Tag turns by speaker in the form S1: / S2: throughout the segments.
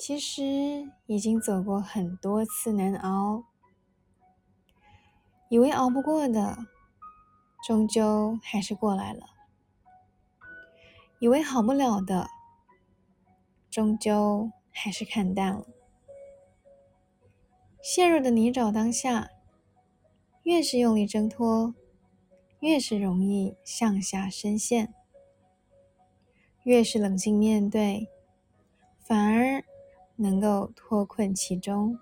S1: 其实已经走过很多次难熬，以为熬不过的，终究还是过来了；以为好不了的，终究还是看淡了。陷入的泥沼当下，越是用力挣脱，越是容易向下深陷；越是冷静面对，反而能够脱困其中。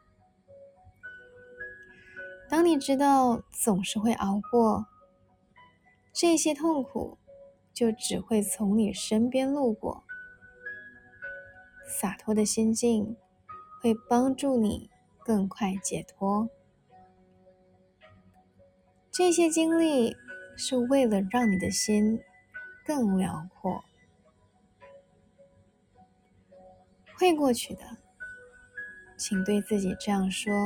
S1: 当你知道总是会熬过，这些痛苦就只会从你身边路过。洒脱的心境会帮助你更快解脱。这些经历是为了让你的心更辽阔。会过去的，请对自己这样说。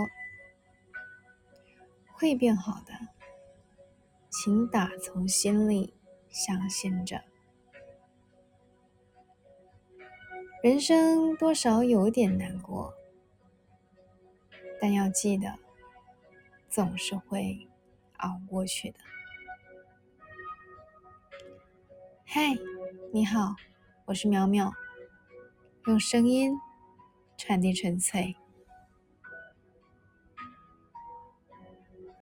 S1: 会变好的，请打从心里相信着。人生多少有点难过，但要记得，总是会熬过去的。嗨，你好，我是苗苗，用声音传递纯粹。